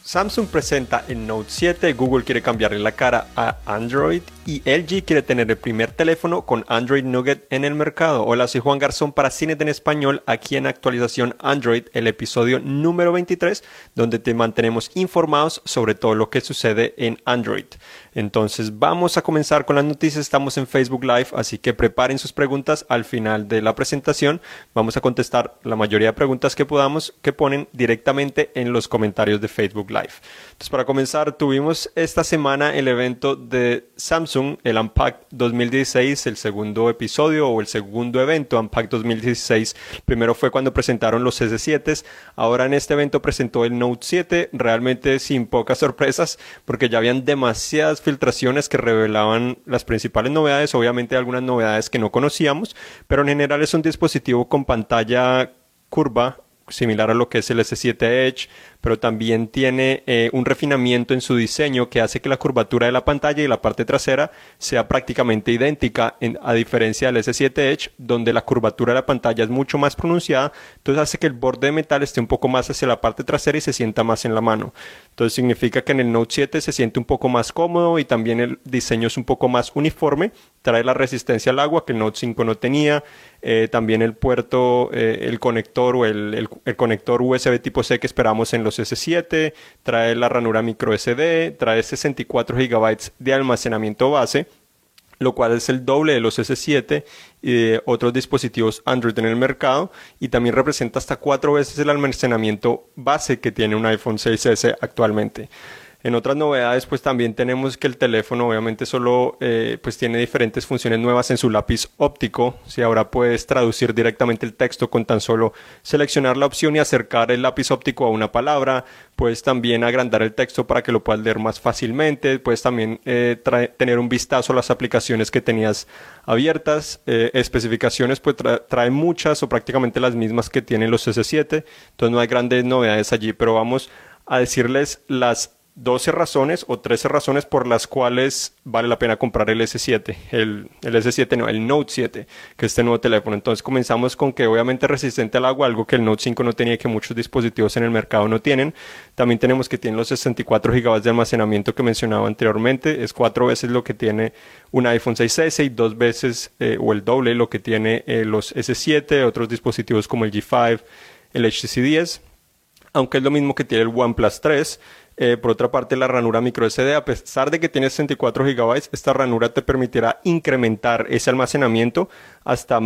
Samsung presenta el Note 7, Google quiere cambiarle la cara a Android y LG quiere tener el primer teléfono con Android Nougat en el mercado. Hola, soy Juan Garzón para Cines en Español, aquí en Actualización Android, el episodio número 23, donde te mantenemos informados sobre todo lo que sucede en Android. Entonces vamos a comenzar con las noticias, estamos en Facebook Live, así que preparen sus preguntas al final de la presentación. Vamos a contestar la mayoría de preguntas que podamos, que ponen directamente en los comentarios de Facebook Live. Entonces, para comenzar, tuvimos esta semana el evento de Samsung, el Unpacked 2016, el segundo episodio o el segundo evento Unpacked 2016. Primero fue cuando presentaron los S7, ahora en este evento presentó el Note 7, realmente sin pocas sorpresas, porque ya habían demasiadas filtraciones que revelaban las principales novedades, obviamente algunas novedades que no conocíamos, pero en general es un dispositivo con pantalla curva, similar a lo que es el S7 Edge, pero también tiene un refinamiento en su diseño que hace que la curvatura de la pantalla y la parte trasera sea prácticamente idéntica, a diferencia del S7 Edge, donde la curvatura de la pantalla es mucho más pronunciada, entonces hace que el borde de metal esté un poco más hacia la parte trasera y se sienta más en la mano. Entonces significa que en el Note 7 se siente un poco más cómodo y también el diseño es un poco más uniforme, trae la resistencia al agua que el Note 5 no tenía, también el puerto, el conector o el conector USB tipo C que esperamos en los S7, trae la ranura micro SD, trae 64 GB de almacenamiento base, lo cual es el doble de los S7 y de otros dispositivos Android en el mercado, y también representa hasta 4 veces el almacenamiento base que tiene un iPhone 6S actualmente. En otras novedades, pues también tenemos que el teléfono obviamente solo pues tiene diferentes funciones nuevas en su lápiz óptico. Si ahora puedes traducir directamente el texto con tan solo seleccionar la opción y acercar el lápiz óptico a una palabra. Puedes también agrandar el texto para que lo puedas leer más fácilmente. Puedes también tener un vistazo a las aplicaciones que tenías abiertas. Especificaciones, pues trae muchas o prácticamente las mismas que tienen los S7. Entonces no hay grandes novedades allí, pero vamos a decirles las 12 razones o 13 razones por las cuales vale la pena comprar el S7, el S7 no, el Note 7, que es este nuevo teléfono. Entonces comenzamos con que obviamente es resistente al agua, algo que el Note 5 no tenía y que muchos dispositivos en el mercado no tienen. También tenemos que tiene los 64 GB de almacenamiento que mencionaba anteriormente, es 4 veces lo que tiene un iPhone 6S y 2 veces o el doble lo que tiene los S7, otros dispositivos como el G5, el HTC 10, aunque es lo mismo que tiene el OnePlus 3. Por otra parte, la ranura micro SD, a pesar de que tiene 64 GB, esta ranura te permitirá incrementar ese almacenamiento hasta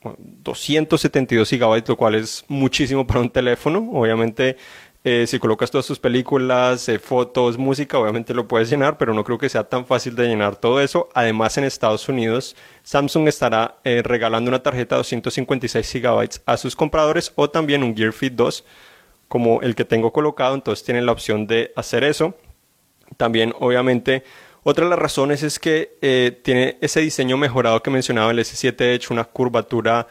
272 GB, lo cual es muchísimo para un teléfono. Obviamente, si colocas todas tus películas, fotos, música, obviamente lo puedes llenar, pero no creo que sea tan fácil de llenar todo eso. Además, en Estados Unidos, Samsung estará regalando una tarjeta de 256 GB a sus compradores o también un Gear Fit 2, como el que tengo colocado, entonces tienen la opción de hacer eso. También, obviamente, otra de las razones es que tiene ese diseño mejorado que mencionaba el S7 Edge, una curvatura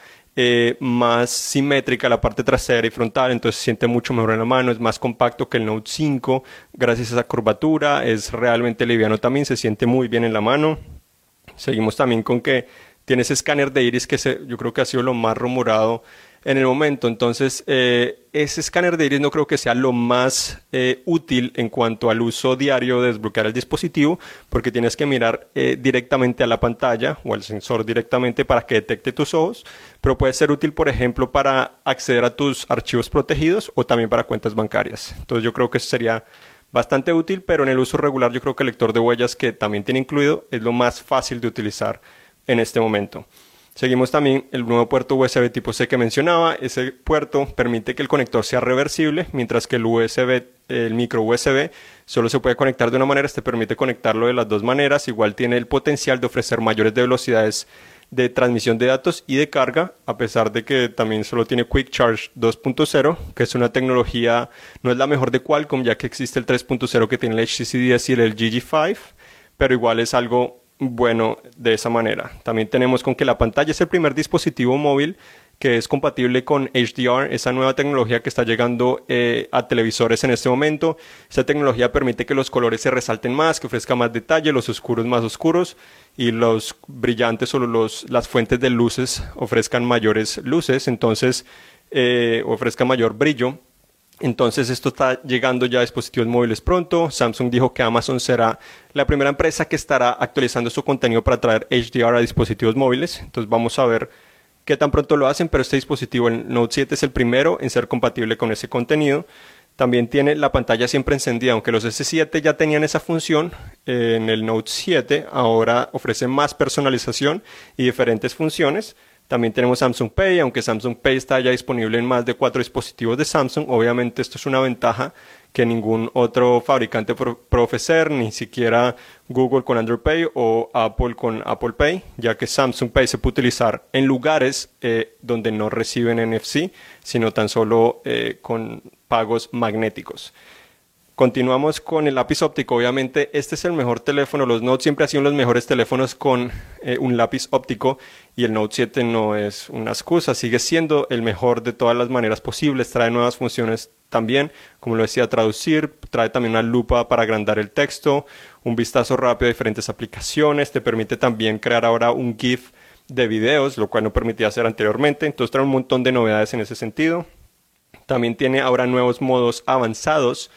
más simétrica a la parte trasera y frontal, entonces se siente mucho mejor en la mano, es más compacto que el Note 5, gracias a esa curvatura, es realmente liviano también, se siente muy bien en la mano. Seguimos también con que tiene ese escáner de iris que yo creo que ha sido lo más rumorado en el momento. Entonces ese escáner de iris no creo que sea lo más útil en cuanto al uso diario de desbloquear el dispositivo, porque tienes que mirar directamente a la pantalla o al sensor directamente para que detecte tus ojos, pero puede ser útil, por ejemplo, para acceder a tus archivos protegidos o también para cuentas bancarias. Entonces yo creo que eso sería bastante útil, pero en el uso regular yo creo que el lector de huellas, que también tiene incluido, es lo más fácil de utilizar en este momento. Seguimos también el nuevo puerto USB tipo C que mencionaba. Ese puerto permite que el conector sea reversible, mientras que el micro USB solo se puede conectar de una manera. Este permite conectarlo de las dos maneras. Igual tiene el potencial de ofrecer mayores velocidades de transmisión de datos y de carga, a pesar de que también solo tiene Quick Charge 2.0, que es una tecnología, no es la mejor de Qualcomm, ya que existe el 3.0 que tiene el HTC 10 y el LG G5, pero igual es algo bueno de esa manera. También tenemos con que la pantalla es el primer dispositivo móvil que es compatible con HDR, esa nueva tecnología que está llegando a televisores en este momento. Esta tecnología permite que los colores se resalten más, que ofrezca más detalle, los oscuros más oscuros y los brillantes o las fuentes de luces ofrezcan mayores luces, entonces ofrezca mayor brillo. Entonces esto está llegando ya a dispositivos móviles pronto. Samsung dijo que Amazon será la primera empresa que estará actualizando su contenido para traer HDR a dispositivos móviles. Entonces vamos a ver qué tan pronto lo hacen, pero este dispositivo, el Note 7, es el primero en ser compatible con ese contenido. También tiene la pantalla siempre encendida, aunque los S7 ya tenían esa función. En el Note 7 ahora ofrece más personalización y diferentes funciones. También tenemos Samsung Pay, aunque Samsung Pay está ya disponible en más de 4 dispositivos de Samsung. Obviamente esto es una ventaja que ningún otro fabricante puede ofrecer, ni siquiera Google con Android Pay o Apple con Apple Pay, ya que Samsung Pay se puede utilizar en lugares donde no reciben NFC, sino tan solo con pagos magnéticos. Continuamos con el lápiz óptico. Obviamente este es el mejor teléfono. Los Note siempre han sido los mejores teléfonos con un lápiz óptico, y el Note 7 no es una excusa. Sigue siendo el mejor de todas las maneras posibles. Trae nuevas funciones también, como lo decía, traducir. Trae también una lupa para agrandar el texto, un vistazo rápido a diferentes aplicaciones. Te permite también crear ahora un GIF de videos, lo cual no permitía hacer anteriormente. Entonces trae un montón de novedades en ese sentido. También tiene ahora nuevos modos avanzados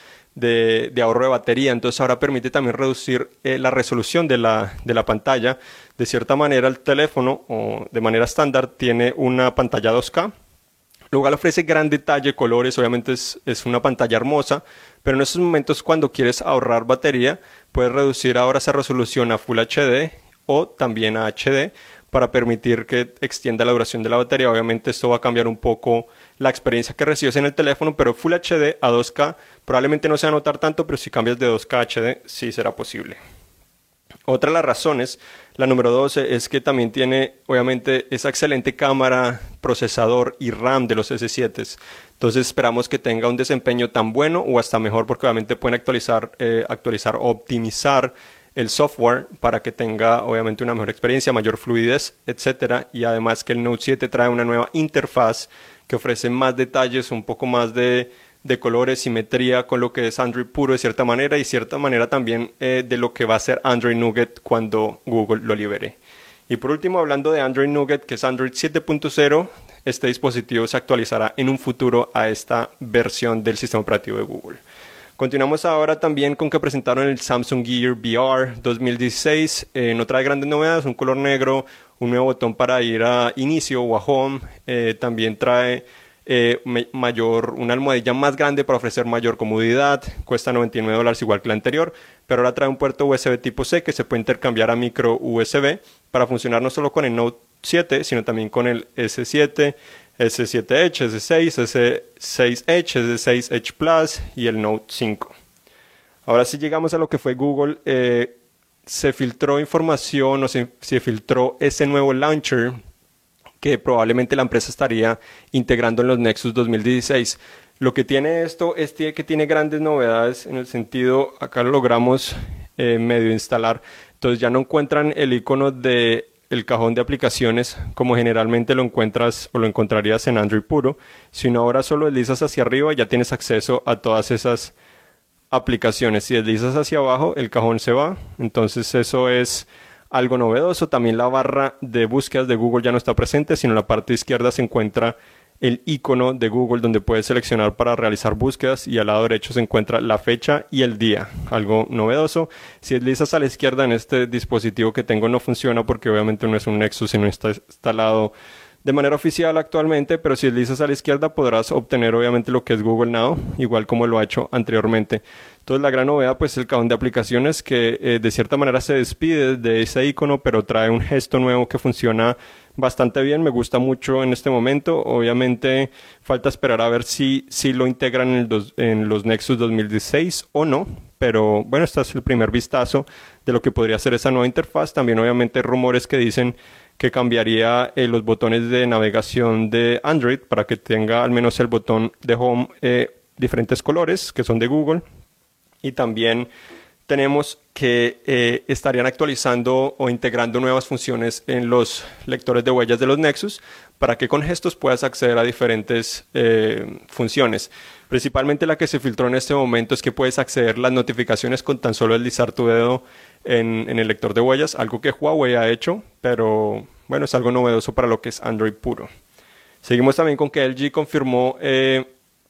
de ahorro de batería. Entonces ahora permite también reducir la resolución de la pantalla. De cierta manera el teléfono, o de manera estándar, tiene una pantalla 2K. Luego ofrece gran detalle, colores. Obviamente es una pantalla hermosa, pero en estos momentos, cuando quieres ahorrar batería, puedes reducir ahora esa resolución a Full HD o también a HD, para permitir que extienda la duración de la batería. Obviamente esto va a cambiar un poco la experiencia que recibes en el teléfono, pero Full HD a 2K probablemente no se va a notar tanto, pero si cambias de 2K a HD sí será posible. Otra de las razones, la número 12, es que también tiene obviamente esa excelente cámara, procesador y RAM de los S7. Entonces esperamos que tenga un desempeño tan bueno o hasta mejor, porque obviamente pueden actualizar o optimizar el software para que tenga obviamente una mejor experiencia, mayor fluidez, etcétera. Y además que el Note 7 trae una nueva interfaz que ofrece más detalles, un poco más de colores, simetría con lo que es Android puro de cierta manera, y cierta manera también de lo que va a ser Android Nougat cuando Google lo libere. Y por último, hablando de Android Nougat, que es Android 7.0, este dispositivo se actualizará en un futuro a esta versión del sistema operativo de Google. Continuamos ahora también con que presentaron el Samsung Gear VR 2016. No trae grandes novedades, un color negro, un nuevo botón para ir a inicio o a home. También trae una almohadilla más grande para ofrecer mayor comodidad. Cuesta $99 igual que la anterior, pero ahora trae un puerto USB tipo C que se puede intercambiar a micro USB para funcionar no solo con el Note 7, sino también con el S7, S7 Edge, S6, S6 Edge, S6 Edge Plus y el Note 5. Ahora sí llegamos a lo que fue Google. Se filtró información, o se filtró ese nuevo launcher que probablemente la empresa estaría integrando en los Nexus 2016. Lo que tiene esto es que tiene grandes novedades en el sentido, acá lo logramos medio instalar. Entonces ya no encuentran el icono de el cajón de aplicaciones como generalmente lo encuentras o lo encontrarías en Android puro, sino ahora solo deslizas hacia arriba y ya tienes acceso a todas esas aplicaciones. Si deslizas hacia abajo, el cajón se va. Entonces eso es algo novedoso. También la barra de búsquedas de Google ya no está presente, sino en la parte izquierda se encuentra el icono de Google donde puedes seleccionar para realizar búsquedas, y al lado derecho se encuentra la fecha y el día, algo novedoso. Si deslizas a la izquierda, en este dispositivo que tengo no funciona porque obviamente no es un Nexus y no está instalado de manera oficial actualmente, pero si deslizas a la izquierda podrás obtener obviamente lo que es Google Now, igual como lo ha hecho anteriormente. Entonces la gran novedad pues es el cajón de aplicaciones que de cierta manera se despide de ese icono, pero trae un gesto nuevo que funciona bastante bien. Me gusta mucho en este momento. Obviamente falta esperar a ver si lo integran en los Nexus 2016 o no, pero bueno, este es el primer vistazo de lo que podría ser esa nueva interfaz. También obviamente hay rumores que dicen que cambiaría los botones de navegación de Android para que tenga al menos el botón de Home diferentes colores que son de Google. Y también tenemos que estarían actualizando o integrando nuevas funciones en los lectores de huellas de los Nexus para que con gestos puedas acceder a diferentes funciones. Principalmente la que se filtró en este momento es que puedes acceder a las notificaciones con tan solo deslizar tu dedo en el lector de huellas, algo que Huawei ha hecho, pero bueno, es algo novedoso para lo que es Android puro. Seguimos también con que LG confirmó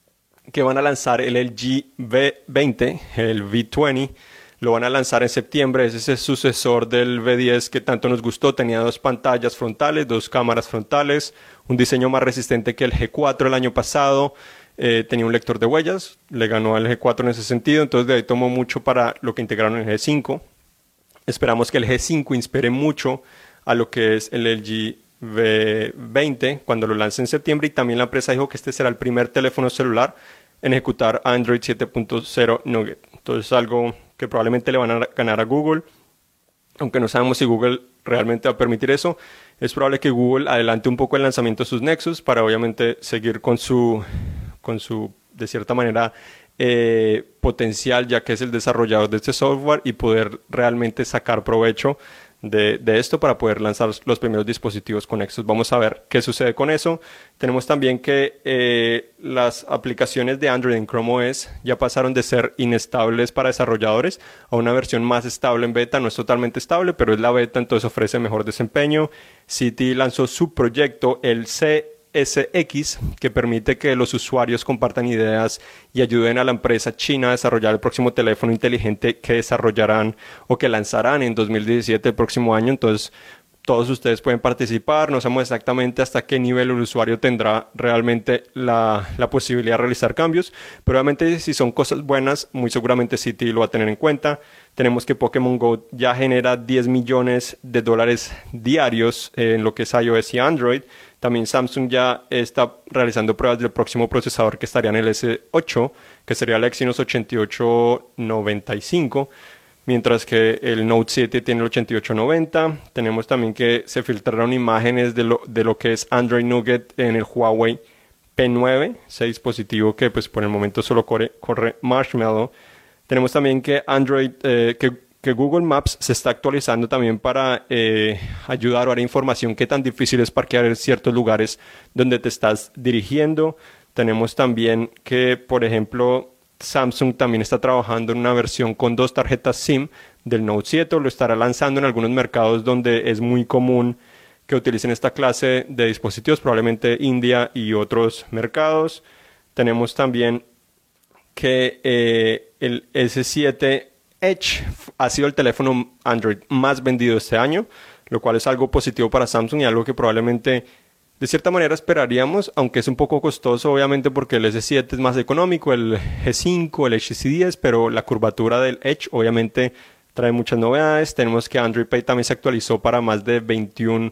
que van a lanzar el LG V20, el V20. Lo van a lanzar en septiembre. Ese es el sucesor del V10 que tanto nos gustó. Tenía dos pantallas frontales, dos cámaras frontales, un diseño más resistente que el G4 el año pasado. Tenía un lector de huellas, le ganó al G4 en ese sentido. Entonces de ahí tomó mucho para lo que integraron en el G5. Esperamos que el G5 inspire mucho a lo que es el LG V20 cuando lo lance en septiembre. Y también la empresa dijo que este será el primer teléfono celular en ejecutar Android 7.0 Nougat. Entonces algo que probablemente le van a ganar a Google, aunque no sabemos si Google realmente va a permitir eso. Es probable que Google adelante un poco el lanzamiento de sus Nexus para obviamente seguir con su de cierta manera, potencial, ya que es el desarrollador de este software, y poder realmente sacar provecho de esto para poder lanzar los primeros dispositivos con Nexus. Vamos a ver qué sucede con eso. Tenemos también que las aplicaciones de Android en Chrome OS ya pasaron de ser inestables para desarrolladores a una versión más estable en beta. No es totalmente estable, pero es la beta, entonces ofrece mejor desempeño. Citi lanzó su proyecto, el CSX, que permite que los usuarios compartan ideas y ayuden a la empresa china a desarrollar el próximo teléfono inteligente que desarrollarán o que lanzarán en 2017, el próximo año. Entonces todos ustedes pueden participar. No sabemos exactamente hasta qué nivel el usuario tendrá realmente la posibilidad de realizar cambios, pero obviamente si son cosas buenas, muy seguramente Citi lo va a tener en cuenta. Tenemos que Pokémon Go ya genera $10 millones diarios en lo que es iOS y Android. También Samsung ya está realizando pruebas del próximo procesador que estaría en el S8, que sería el Exynos 8895, mientras que el Note 7 tiene el 8890. Tenemos también que se filtraron imágenes de lo que es Android Nougat en el Huawei P9, ese dispositivo que pues por el momento solo corre Marshmallow. Tenemos también que Android, que Google Maps se está actualizando también para ayudar o dar información qué tan difícil es parquear en ciertos lugares donde te estás dirigiendo. Tenemos también que, por ejemplo, Samsung también está trabajando en una versión con 2 tarjetas SIM del Note 7. Lo estará lanzando en algunos mercados donde es muy común que utilicen esta clase de dispositivos, probablemente India y otros mercados. Tenemos también que el S7 Edge ha sido el teléfono Android más vendido este año, lo cual es algo positivo para Samsung y algo que probablemente de cierta manera esperaríamos, aunque es un poco costoso obviamente porque el S7 es más económico, el G5, el HTC10, pero la curvatura del Edge obviamente trae muchas novedades. Tenemos que Android Pay también se actualizó para más de 21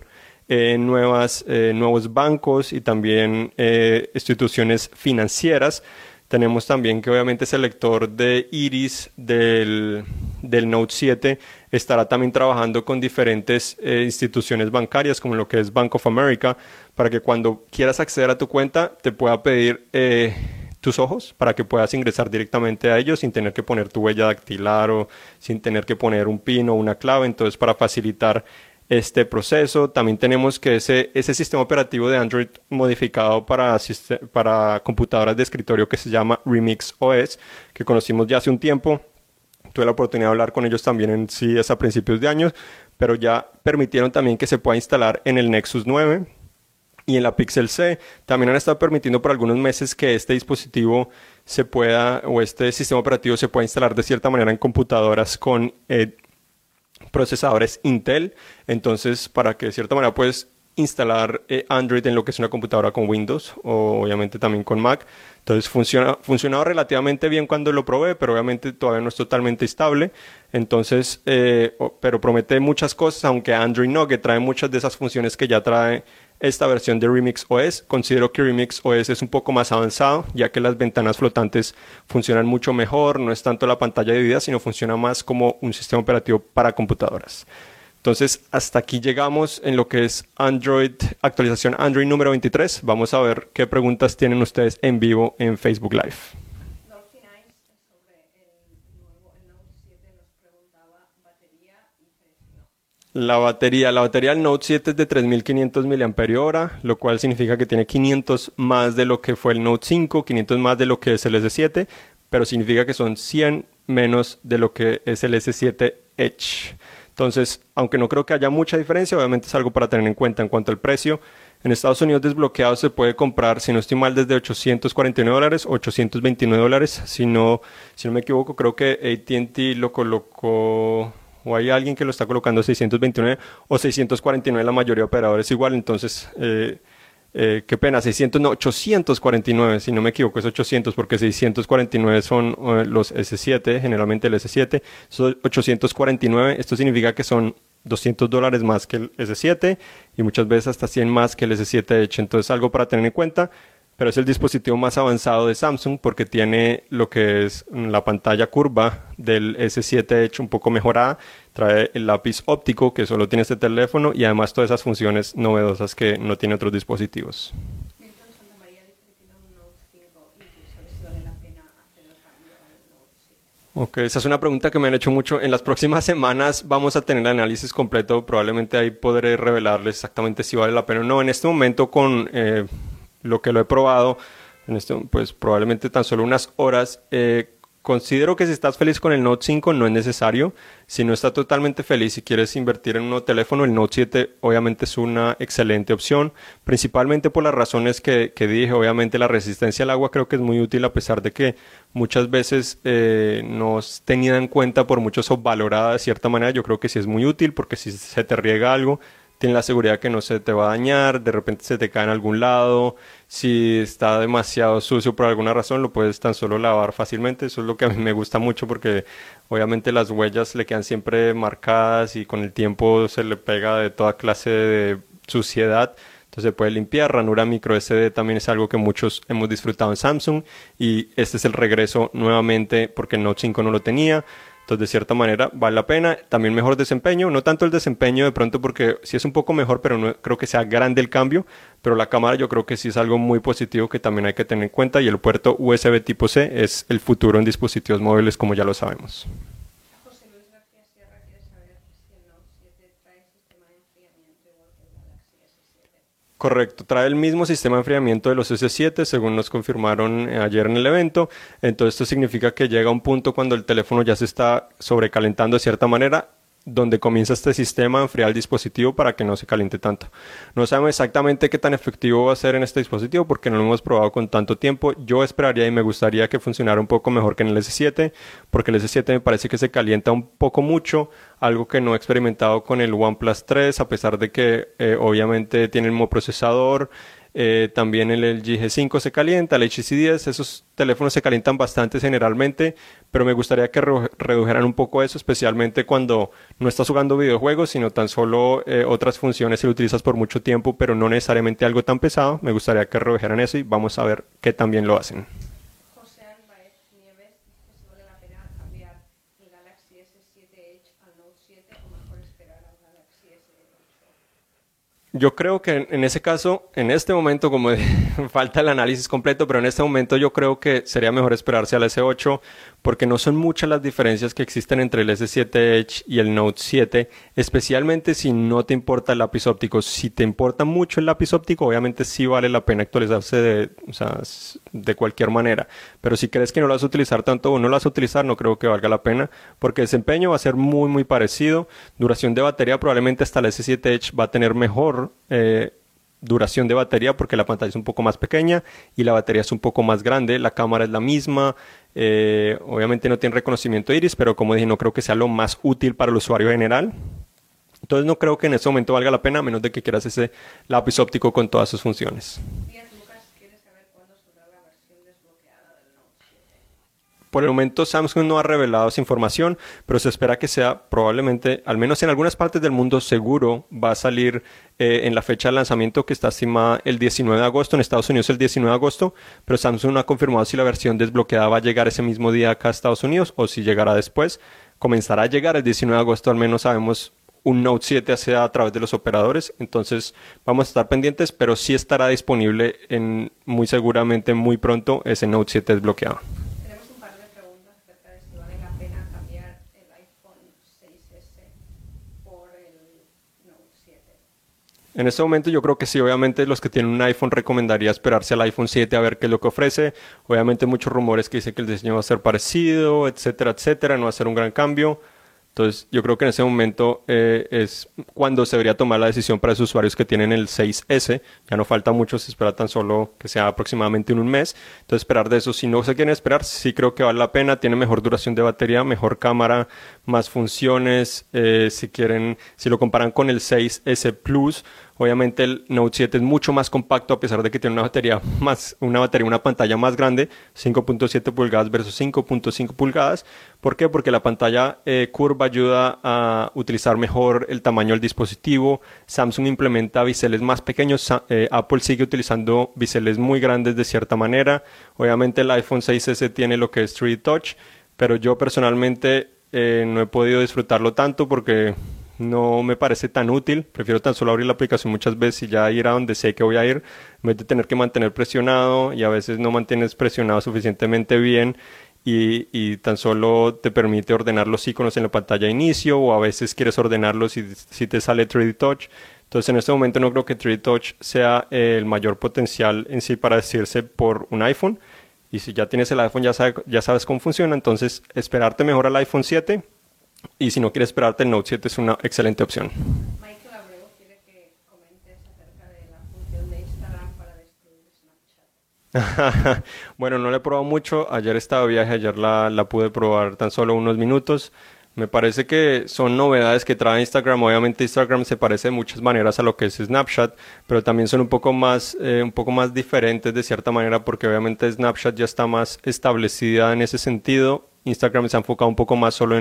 nuevos bancos y también instituciones financieras. Tenemos también que obviamente ese lector de iris del Note 7 estará también trabajando con diferentes instituciones bancarias como lo que es Bank of America, para que cuando quieras acceder a tu cuenta te pueda pedir tus ojos para que puedas ingresar directamente a ellos sin tener que poner tu huella dactilar o sin tener que poner un PIN o una clave. Entonces, para facilitar este proceso, también tenemos que ese sistema operativo de Android modificado para computadoras de escritorio que se llama Remix OS, que conocimos ya hace un tiempo. Tuve la oportunidad de hablar con ellos también en CES a principios de años, pero ya permitieron también que se pueda instalar en el Nexus 9 y en la Pixel C. También han estado permitiendo por algunos meses que este dispositivo se pueda, o este sistema operativo se pueda instalar de cierta manera en computadoras con procesadores Intel. Entonces, para que de cierta manera puedes instalar Android en lo que es una computadora con Windows o obviamente también con Mac. Entonces funcionaba relativamente bien cuando lo probé, pero obviamente todavía no es totalmente estable. Entonces, pero promete muchas cosas, aunque Android no, que trae muchas de esas funciones que ya trae esta versión de Remix OS. Considero que Remix OS es un poco más avanzado, ya que las ventanas flotantes funcionan mucho mejor. No es tanto la pantalla dividida, sino funciona más como un sistema operativo para computadoras. Entonces, hasta aquí llegamos en lo que es Android, actualización Android número 23. Vamos a ver qué preguntas tienen ustedes en vivo en Facebook Live. La batería del Note 7 es de 3500 mAh, lo cual significa que tiene 500 más de lo que fue el Note 5, 500 más de lo que es el S7, pero significa que son 100 menos de lo que es el S7 Edge. Entonces, aunque no creo que haya mucha diferencia, obviamente es algo para tener en cuenta en cuanto al precio. En Estados Unidos desbloqueado se puede comprar, si no estoy mal, desde $849, $829. Si no me equivoco, creo que AT&T lo colocó, o hay alguien que lo está colocando a 629 o 649, la mayoría de operadores igual. Entonces, qué pena, 600, no, 849, si no me equivoco, es 800, porque 649 son los S7, generalmente el S7, son 849, esto significa que son $200 más que el S7 y muchas veces hasta 100 más que el S7 Edge, entonces algo para tener en cuenta. Pero es el dispositivo más avanzado de Samsung porque tiene lo que es la pantalla curva del S7 Edge un poco mejorada. Trae el lápiz óptico que solo tiene este teléfono y además todas esas funciones novedosas que no tiene otros dispositivos. Ok, esa es una pregunta que me han hecho mucho. En las próximas semanas vamos a tener el análisis completo. Probablemente ahí podré revelarles exactamente si vale la pena o no. En este momento con lo que lo he probado, pues probablemente tan solo unas horas, considero que si estás feliz con el Note 5 no es necesario. Si no estás totalmente feliz y quieres invertir en un nuevo teléfono, el Note 7 obviamente es una excelente opción, principalmente por las razones que dije. Obviamente la resistencia al agua creo que es muy útil, a pesar de que muchas veces no es tenida en cuenta por muchos o valorada de cierta manera. Yo creo que sí es muy útil porque si se te riega algo, tienes la seguridad que no se te va a dañar, de repente se te cae en algún lado, si está demasiado sucio por alguna razón lo puedes tan solo lavar fácilmente. Eso es lo que a mí me gusta mucho porque obviamente las huellas le quedan siempre marcadas y con el tiempo se le pega de toda clase de suciedad. Entonces se puede limpiar. Ranura micro SD también es algo que muchos hemos disfrutado en Samsung y este es el regreso nuevamente porque el Note 5 no lo tenía. Entonces, de cierta manera, vale la pena. También mejor desempeño. No tanto el desempeño de pronto porque sí es un poco mejor, pero no creo que sea grande el cambio. Pero la cámara yo creo que sí es algo muy positivo que también hay que tener en cuenta. Y el puerto USB tipo C es el futuro en dispositivos móviles, como ya lo sabemos. José Luis García Sierra quiere saber si el Note 7 trae sistema de enfriamiento igual que el Galaxy S7. Correcto, trae el mismo sistema de enfriamiento de los S7, según nos confirmaron ayer en el evento. Entonces esto significa que llega un punto cuando el teléfono ya se está sobrecalentando de cierta manera, donde comienza este sistema a enfriar el dispositivo para que no se caliente tanto. No sabemos exactamente qué tan efectivo va a ser en este dispositivo porque no lo hemos probado con tanto tiempo. Yo esperaría y me gustaría que funcionara un poco mejor que en el S7, porque el S7 me parece que se calienta un poco mucho, algo que no he experimentado con el OnePlus 3, a pesar de que obviamente tiene el mismo procesador. También el LG G5 se calienta, el HTC 10, esos teléfonos se calientan bastante generalmente, pero me gustaría que redujeran un poco eso, especialmente cuando no estás jugando videojuegos, sino tan solo otras funciones si lo utilizas por mucho tiempo, pero no necesariamente algo tan pesado. Me gustaría que redujeran eso y vamos a ver qué también lo hacen. José Álvarez Nieves dice si vale la pena cambiar el Galaxy S7 Edge al Note 7 o mejor esperar al Galaxy S8. Yo creo que en ese caso, en este momento, como falta el análisis completo, pero en este momento yo creo que sería mejor esperarse al S8 porque no son muchas las diferencias que existen entre el S7 Edge y el Note 7, especialmente si no te importa el lápiz óptico. Si te importa mucho el lápiz óptico, obviamente sí vale la pena actualizarse de cualquier manera, pero si crees que no lo vas a utilizar tanto o no lo vas a utilizar, no creo que valga la pena porque el desempeño va a ser muy parecido. Duración de batería probablemente hasta el S7 Edge va a tener mejor duración de batería porque la pantalla es un poco más pequeña y la batería es un poco más grande. La cámara es la misma, obviamente no tiene reconocimiento iris, pero como dije, no creo que sea lo más útil para el usuario general. Entonces no creo que en este momento valga la pena, a menos de que quieras ese lápiz óptico con todas sus funciones. Por el momento Samsung no ha revelado esa información, pero se espera que sea probablemente, al menos en algunas partes del mundo, seguro va a salir en la fecha de lanzamiento que está estimada el 19 de agosto, en Estados Unidos el 19 de agosto, pero Samsung no ha confirmado si la versión desbloqueada va a llegar ese mismo día acá a Estados Unidos o si llegará después. Comenzará a llegar el 19 de agosto, al menos sabemos un Note 7 hacia a través de los operadores, entonces vamos a estar pendientes, pero sí estará disponible muy seguramente muy pronto ese Note 7 desbloqueado. En este momento yo creo que sí, obviamente los que tienen un iPhone recomendaría esperarse al iPhone 7 a ver qué es lo que ofrece. Obviamente muchos rumores que dicen que el diseño va a ser parecido, etcétera, etcétera, no va a ser un gran cambio. Entonces, yo creo que en ese momento es cuando se debería tomar la decisión para esos usuarios que tienen el 6S. Ya no falta mucho, se espera tan solo que sea aproximadamente en un mes. Entonces, esperar de eso. Si no se quieren esperar, sí creo que vale la pena. Tiene mejor duración de batería, mejor cámara, más funciones. Si lo comparan con el 6S Plus, obviamente el Note 7 es mucho más compacto a pesar de que tiene una pantalla más grande, 5.7 pulgadas versus 5.5 pulgadas. ¿Por qué? Porque la pantalla curva ayuda a utilizar mejor el tamaño del dispositivo. Samsung implementa biseles más pequeños. Apple sigue utilizando biseles muy grandes de cierta manera. Obviamente el iPhone 6S tiene lo que es 3D Touch, pero yo personalmente no he podido disfrutarlo tanto porque no me parece tan útil. Prefiero tan solo abrir la aplicación muchas veces y ya ir a donde sé que voy a ir, en vez de tener que mantener presionado, y a veces no mantienes presionado suficientemente bien y tan solo te permite ordenar los iconos en la pantalla de inicio, o a veces quieres ordenarlos y si te sale 3D Touch. Entonces en este momento no creo que 3D Touch sea el mayor potencial en sí para decirse por un iPhone. Y si ya tienes el iPhone ya sabes cómo funciona, entonces esperarte mejor al iPhone 7. Y si no quieres esperarte, el Note 7 es una excelente opción. Michael Abreu quiere que comentes acerca de la función de Instagram para destruir Snapchat. Bueno, no la he probado mucho. Ayer estaba de viaje, ayer la pude probar tan solo unos minutos. Me parece que son novedades que trae Instagram. Obviamente Instagram se parece de muchas maneras a lo que es Snapchat, pero también son un poco más diferentes de cierta manera, porque obviamente Snapchat ya está más establecida en ese sentido. Instagram se ha enfocado un poco más solo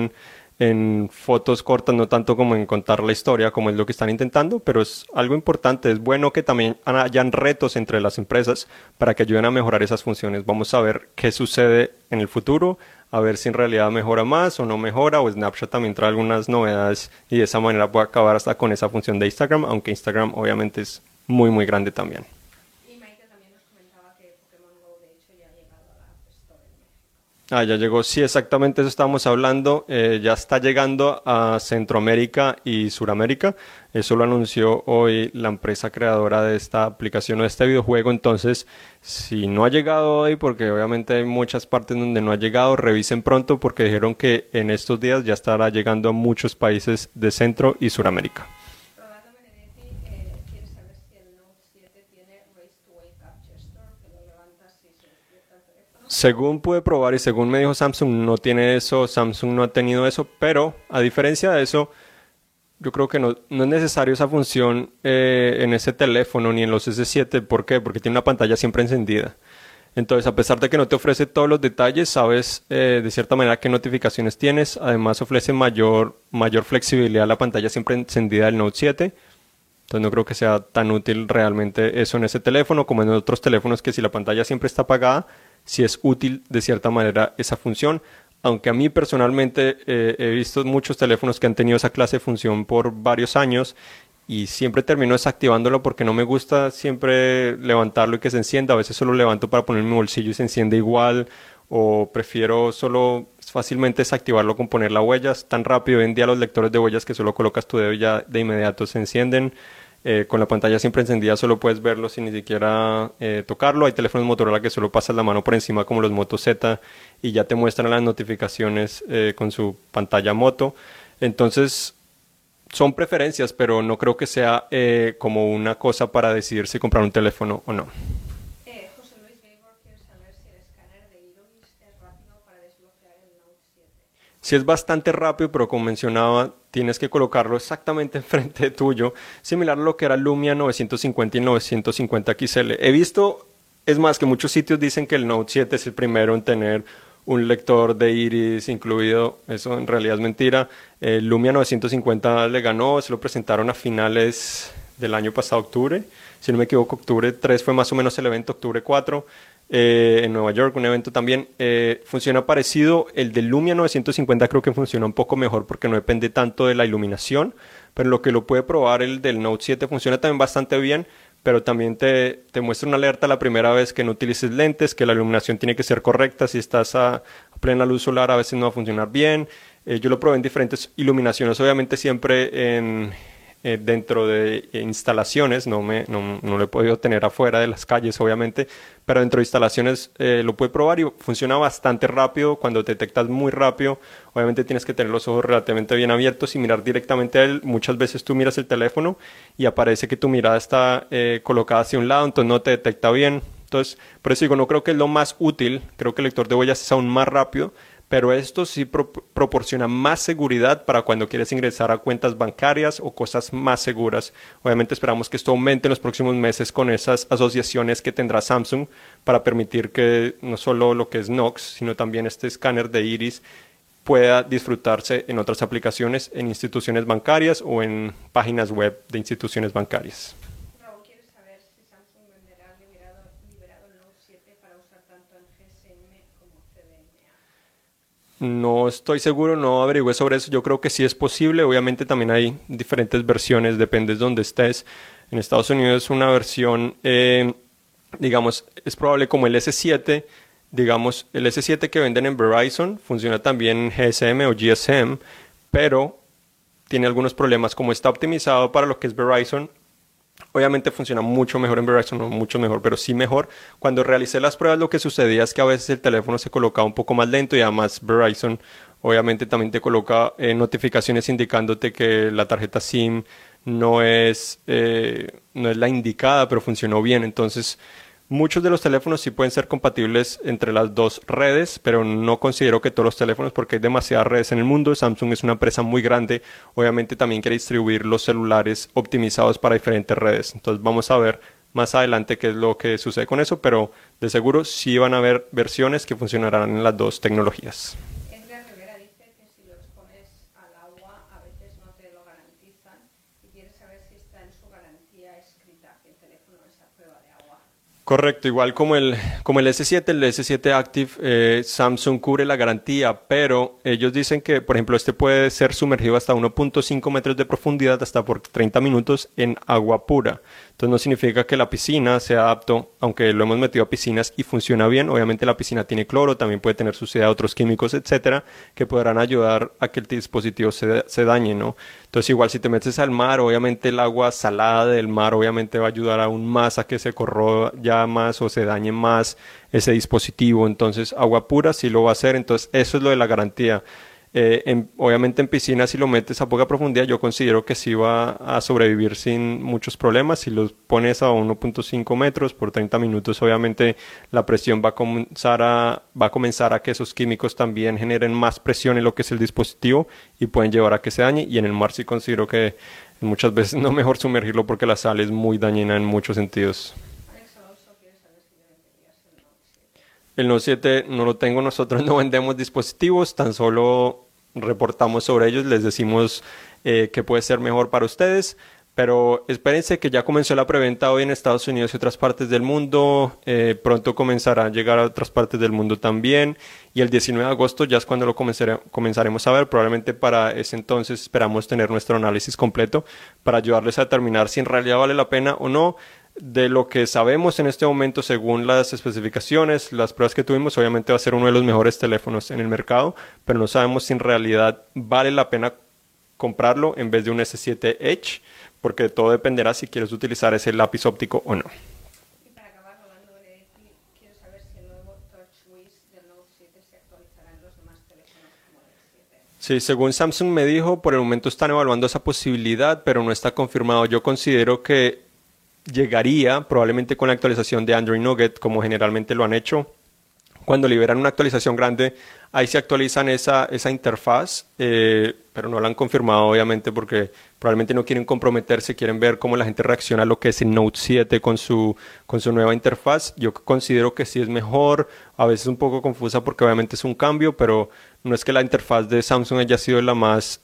en fotos cortas, no tanto como en contar la historia, como es lo que están intentando, pero es algo importante. Es bueno que también hayan retos entre las empresas para que ayuden a mejorar esas funciones. Vamos a ver qué sucede en el futuro, a ver si en realidad mejora más o no mejora, o Snapchat también trae algunas novedades y de esa manera puede acabar hasta con esa función de Instagram, aunque Instagram obviamente es muy muy grande también. Y Michael también nos comentaba que Pokémon Go de hecho ya ha llegado a la App Store en México. Ya llegó, sí, exactamente eso estábamos hablando. Ya está llegando a Centroamérica y Suramérica. Eso lo anunció hoy la empresa creadora de esta aplicación o de este videojuego. Entonces, si no ha llegado hoy, porque obviamente hay muchas partes donde no ha llegado, revisen pronto porque dijeron que en estos días ya estará llegando a muchos países de Centro y Suramérica. Rolando Benedetti quiere saber si el Note 7 tiene Raise to Wake Up Gesture, que lo levantas si se despierta el teléfono. Según pude probar y según me dijo Samsung, no tiene eso. Samsung no ha tenido eso, pero a diferencia de eso, yo creo que no es necesario esa función en ese teléfono ni en los S7. ¿Por qué? Porque tiene una pantalla siempre encendida. Entonces, a pesar de que no te ofrece todos los detalles, sabes de cierta manera qué notificaciones tienes. Además, ofrece mayor flexibilidad a la pantalla siempre encendida del Note 7. Entonces, no creo que sea tan útil realmente eso en ese teléfono como en otros teléfonos, que si la pantalla siempre está apagada, sí es útil de cierta manera esa función. Aunque a mí personalmente he visto muchos teléfonos que han tenido esa clase de función por varios años y siempre termino desactivándolo porque no me gusta siempre levantarlo y que se encienda. A veces solo levanto para poner en mi bolsillo y se enciende igual, o prefiero solo fácilmente desactivarlo con poner las huellas. Tan rápido hoy en día los lectores de huellas que solo colocas tu dedo y ya de inmediato se encienden. Con la pantalla siempre encendida solo puedes verlo sin ni siquiera tocarlo. Hay teléfonos Motorola que solo pasas la mano por encima, como los Moto Z, y ya te muestran las notificaciones con su pantalla Moto. Entonces son preferencias, pero no creo que sea como una cosa para decidir si comprar un teléfono o no. José Luis Weber quiere saber si el escáner de Iris es rápido para desbloquear el Note 7. Sí, es bastante rápido, pero como mencionaba, tienes que colocarlo exactamente enfrente de tuyo, similar a lo que era el Lumia 950 y 950 XL. He visto, es más, que muchos sitios dicen que el Note 7 es el primero en tener un lector de iris incluido. Eso en realidad es mentira. El Lumia 950 le ganó, se lo presentaron a finales del año pasado, octubre. Si no me equivoco, octubre 3 fue más o menos el evento, octubre 4. En Nueva York, un evento también. Funciona parecido. El del Lumia 950 creo que funciona un poco mejor porque no depende tanto de la iluminación, pero lo que lo puede probar el del Note 7 funciona también bastante bien, pero también te muestra una alerta la primera vez que no utilices lentes, que la iluminación tiene que ser correcta. Si estás a plena luz solar a veces no va a funcionar bien. Yo lo probé en diferentes iluminaciones, obviamente siempre en dentro de instalaciones, no lo he podido tener afuera de las calles obviamente, pero dentro de instalaciones lo pude probar y funciona bastante rápido. Cuando te detectas muy rápido, obviamente tienes que tener los ojos relativamente bien abiertos y mirar directamente a él. Muchas veces tú miras el teléfono y aparece que tu mirada está colocada hacia un lado, entonces no te detecta bien. Entonces, por eso digo, no creo que es lo más útil, creo que el lector de huellas es aún más rápido, pero esto sí proporciona más seguridad para cuando quieres ingresar a cuentas bancarias o cosas más seguras. Obviamente esperamos que esto aumente en los próximos meses con esas asociaciones que tendrá Samsung para permitir que no solo lo que es Knox, sino también este escáner de iris pueda disfrutarse en otras aplicaciones, en instituciones bancarias o en páginas web de instituciones bancarias. Raúl quiere saber si Samsung venderá liberado el Note 7 para usar tanto en GSM como CDMA. No estoy seguro, no averigüé sobre eso. Yo creo que sí es posible. Obviamente también hay diferentes versiones, depende de dónde estés. En Estados Unidos una versión, digamos, es probable como el S7. Digamos, el S7 que venden en Verizon funciona también en GSM o GSM, pero tiene algunos problemas. Como está optimizado para lo que es Verizon, obviamente funciona mucho mejor en Verizon, no mucho mejor, pero sí mejor. Cuando realicé las pruebas lo que sucedía es que a veces el teléfono se colocaba un poco más lento y además Verizon obviamente también te coloca notificaciones indicándote que la tarjeta SIM no es la indicada, pero funcionó bien. Entonces muchos de los teléfonos sí pueden ser compatibles entre las dos redes, pero no considero que todos los teléfonos, porque hay demasiadas redes en el mundo. Samsung es una empresa muy grande, obviamente también quiere distribuir los celulares optimizados para diferentes redes. Entonces vamos a ver más adelante qué es lo que sucede con eso, pero de seguro sí van a haber versiones que funcionarán en las dos tecnologías. Edgar Rivera dice que si lo expones al agua a veces no te lo garantizan y quiere saber si está en su garantía escrita que el teléfono es a prueba de agua. Correcto, igual como el S7, el S7 Active, Samsung cubre la garantía, pero ellos dicen que, por ejemplo, este puede ser sumergido hasta 1.5 metros de profundidad hasta por 30 minutos en agua pura. Entonces no significa que la piscina sea apto, aunque lo hemos metido a piscinas y funciona bien. Obviamente la piscina tiene cloro, también puede tener suciedad de otros químicos, etcétera, que podrán ayudar a que el dispositivo se dañe, ¿no? Entonces igual si te metes al mar, obviamente el agua salada del mar obviamente va a ayudar aún más a que se corroya ya más o se dañe más ese dispositivo. Entonces agua pura sí lo va a hacer. Entonces eso es lo de la garantía. Obviamente en piscina si lo metes a poca profundidad yo considero que sí va a sobrevivir sin muchos problemas. Si lo pones a 1.5 metros por 30 minutos obviamente la presión va a comenzar a que esos químicos también generen más presión en lo que es el dispositivo y pueden llevar a que se dañe. Y en el mar sí considero que muchas veces no es mejor sumergirlo porque la sal es muy dañina en muchos sentidos. Alex Alonso quiere saber si le venderías el Note 7. El Note 7 no lo tengo, nosotros no vendemos dispositivos, tan solo reportamos sobre ellos, les decimos que puede ser mejor para ustedes, pero espérense que ya comenzó la preventa hoy en Estados Unidos y otras partes del mundo, pronto comenzará a llegar a otras partes del mundo también, y el 19 de agosto ya es cuando lo comenzaremos a ver. Probablemente para ese entonces esperamos tener nuestro análisis completo para ayudarles a determinar si en realidad vale la pena o no. De lo que sabemos en este momento, según las especificaciones, las pruebas que tuvimos, obviamente va a ser uno de los mejores teléfonos en el mercado, pero no sabemos si en realidad vale la pena comprarlo en vez de un S7 Edge, porque todo dependerá si quieres utilizar ese lápiz óptico o no. Y para acabar, Rolando Benedetti quiere saber si el nuevo TouchWiz del Note 7 se actualizará en los demás teléfonos como el S7. Sí, según Samsung me dijo, por el momento están evaluando esa posibilidad, pero no está confirmado. Yo considero que llegaría probablemente con la actualización de Android Nougat, como generalmente lo han hecho. Cuando liberan una actualización grande, ahí se actualizan esa interfaz, pero no la han confirmado obviamente porque probablemente no quieren comprometerse, quieren ver cómo la gente reacciona a lo que es el Note 7 con su nueva interfaz. Yo considero que sí es mejor, a veces un poco confusa porque obviamente es un cambio, pero no es que la interfaz de Samsung haya sido la más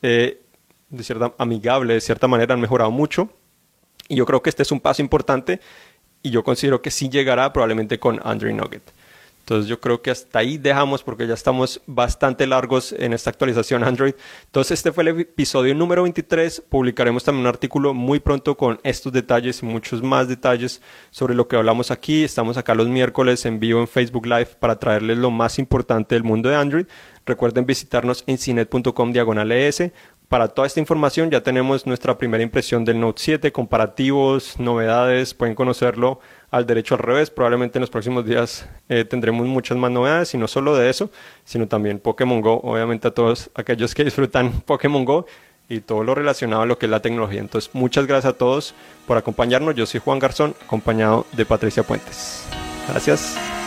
amigable, de cierta manera han mejorado mucho. Y yo creo que este es un paso importante y yo considero que sí llegará probablemente con Android Nougat. Entonces yo creo que hasta ahí dejamos porque ya estamos bastante largos en esta actualización Android. Entonces este fue el episodio número 23. Publicaremos también un artículo muy pronto con estos detalles y muchos más detalles sobre lo que hablamos aquí. Estamos acá los miércoles en vivo en Facebook Live para traerles lo más importante del mundo de Android. Recuerden visitarnos en cnet.com/es. para toda esta información ya tenemos nuestra primera impresión del Note 7, comparativos, novedades, pueden conocerlo al derecho al revés. Probablemente en los próximos días tendremos muchas más novedades y no solo de eso, sino también Pokémon Go, obviamente a todos aquellos que disfrutan Pokémon Go y todo lo relacionado a lo que es la tecnología. Entonces, muchas gracias a todos por acompañarnos. Yo soy Juan Garzón, acompañado de Patricia Puentes. Gracias.